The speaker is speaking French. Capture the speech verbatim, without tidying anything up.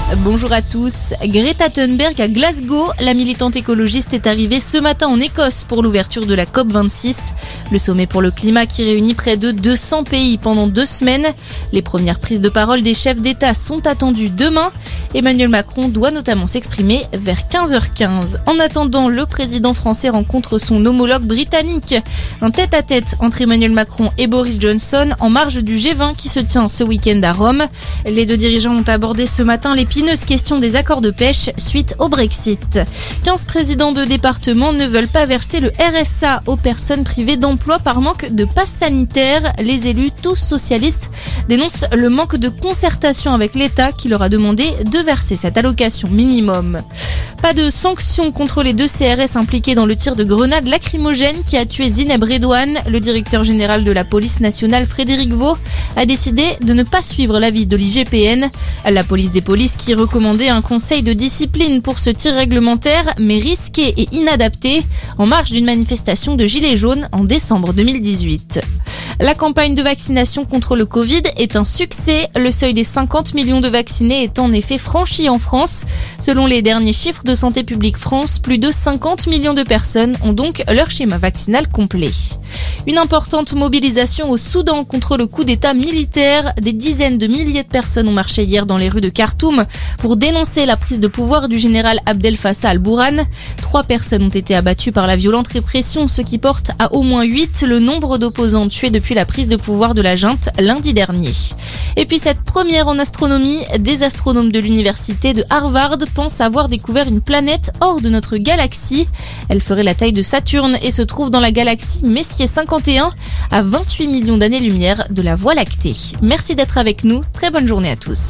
Bonjour à tous. Greta Thunberg à Glasgow. La militante écologiste est arrivée ce matin en Écosse pour l'ouverture de la C O P vingt-six. Le sommet pour le climat qui réunit près de deux cents pays pendant deux semaines. Les premières prises de parole des chefs d'État sont attendues demain. Emmanuel Macron doit notamment s'exprimer vers quinze heures quinze. En attendant, le président français rencontre son homologue britannique. Un tête-à-tête entre Emmanuel Macron et Boris Johnson en marge du G vingt qui se tient ce week-end à Rome. Les deux dirigeants ont abordé ce matin l'épineuse question des accords de pêche suite au Brexit. quinze présidents de département ne veulent pas verser le R S A aux personnes privées d'emploi par manque de passe sanitaire. Les élus, tous socialistes, dénoncent le manque de concertation avec l'État qui leur a demandé de verser cette allocation minimum. Pas de sanctions contre les deux C R S impliqués dans le tir de grenade lacrymogène qui a tué Zineb Redouane. Le directeur général de la police nationale, Frédéric Vaux, a décidé de ne pas suivre l'avis de l'I G P N. La police des polices qui recommandait un conseil de discipline pour ce tir réglementaire, mais risqué et inadapté, en marge d'une manifestation de Gilets jaunes en décembre deux mille dix-huit. La campagne de vaccination contre le Covid est un succès. Le seuil des cinquante millions de vaccinés est en effet franchi en France. Selon les derniers chiffres de Santé publique France, plus de cinquante millions de personnes ont donc leur schéma vaccinal complet. Une importante mobilisation au Soudan contre le coup d'État militaire. Des dizaines de milliers de personnes ont marché hier dans les rues de Khartoum pour dénoncer la prise de pouvoir du général Abdel Fattah al-Bourhan. Trois personnes ont été abattues par la violente répression, ce qui porte à au moins huit le nombre d'opposants tués depuis la prise de pouvoir de la junte lundi dernier. Et puis cette première en astronomie, des astronomes de l'université de Harvard pensent avoir découvert une planète hors de notre galaxie. Elle ferait la taille de Saturne et se trouve dans la galaxie Messier cinquante et un, à vingt-huit millions d'années-lumière de la Voie lactée. Merci d'être avec nous, très bonne journée à tous.